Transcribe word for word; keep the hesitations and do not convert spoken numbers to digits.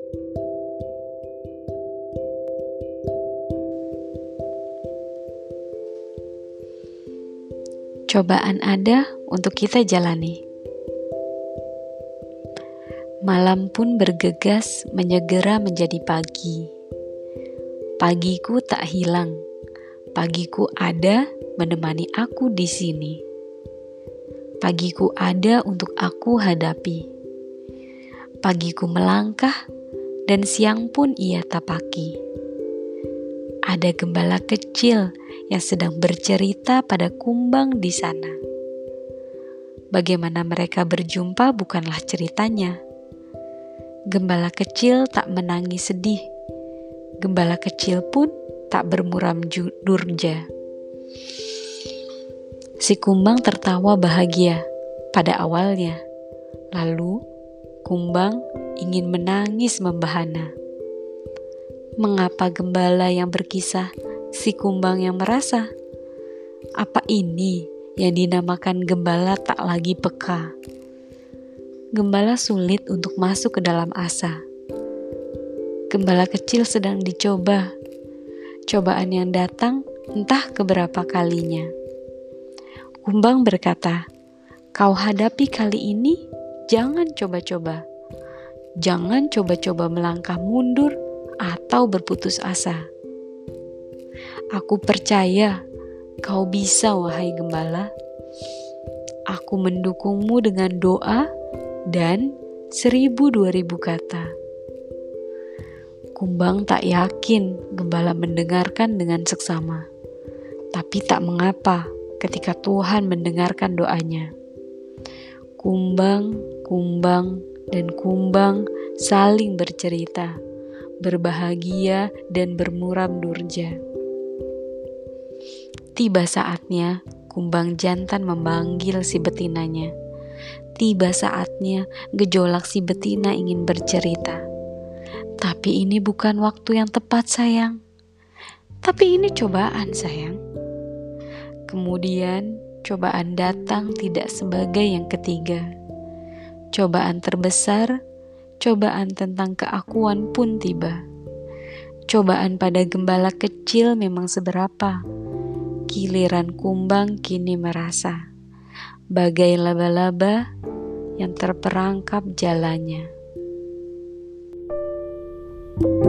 Cobaan ada untuk kita jalani. Malam pun bergegas menyegera menjadi pagi. Pagiku tak hilang. Pagiku ada menemani aku di sini. Pagiku ada untuk aku hadapi. Pagiku melangkah dan siang pun ia tapaki. Ada gembala kecil yang sedang bercerita pada kumbang di sana. Bagaimana mereka berjumpa bukanlah ceritanya. Gembala kecil tak menangis sedih. Gembala kecil pun tak bermuram durja. Si kumbang tertawa bahagia pada awalnya. Lalu kumbang ingin menangis membahana. Mengapa gembala yang berkisah, si kumbang yang merasa? Apa ini yang dinamakan gembala tak lagi peka? Gembala sulit untuk masuk ke dalam asa. Gembala kecil sedang dicoba. Cobaan yang datang entah keberapa kalinya. Kumbang berkata, "Kau hadapi kali ini, jangan coba-coba. Jangan coba-coba melangkah mundur atau berputus asa. Aku percaya kau bisa, wahai gembala. Aku mendukungmu dengan doa dan seribu dua ribu kata." Kumbang tak yakin gembala mendengarkan dengan seksama. Tapi tak mengapa ketika Tuhan mendengarkan doanya. Kumbang, kumbang, dan kumbang saling bercerita, berbahagia dan bermuram durja. Tiba saatnya kumbang jantan memanggil si betinanya. Tiba saatnya gejolak si betina ingin bercerita. Tapi ini bukan waktu yang tepat, sayang. Tapi ini cobaan, sayang. Kemudian cobaan datang tidak sebagai yang ketiga. Cobaan terbesar, cobaan tentang keakuan pun tiba. Cobaan pada gembala kecil memang seberapa. Giliran kumbang kini merasa bagai laba-laba yang terperangkap jalannya.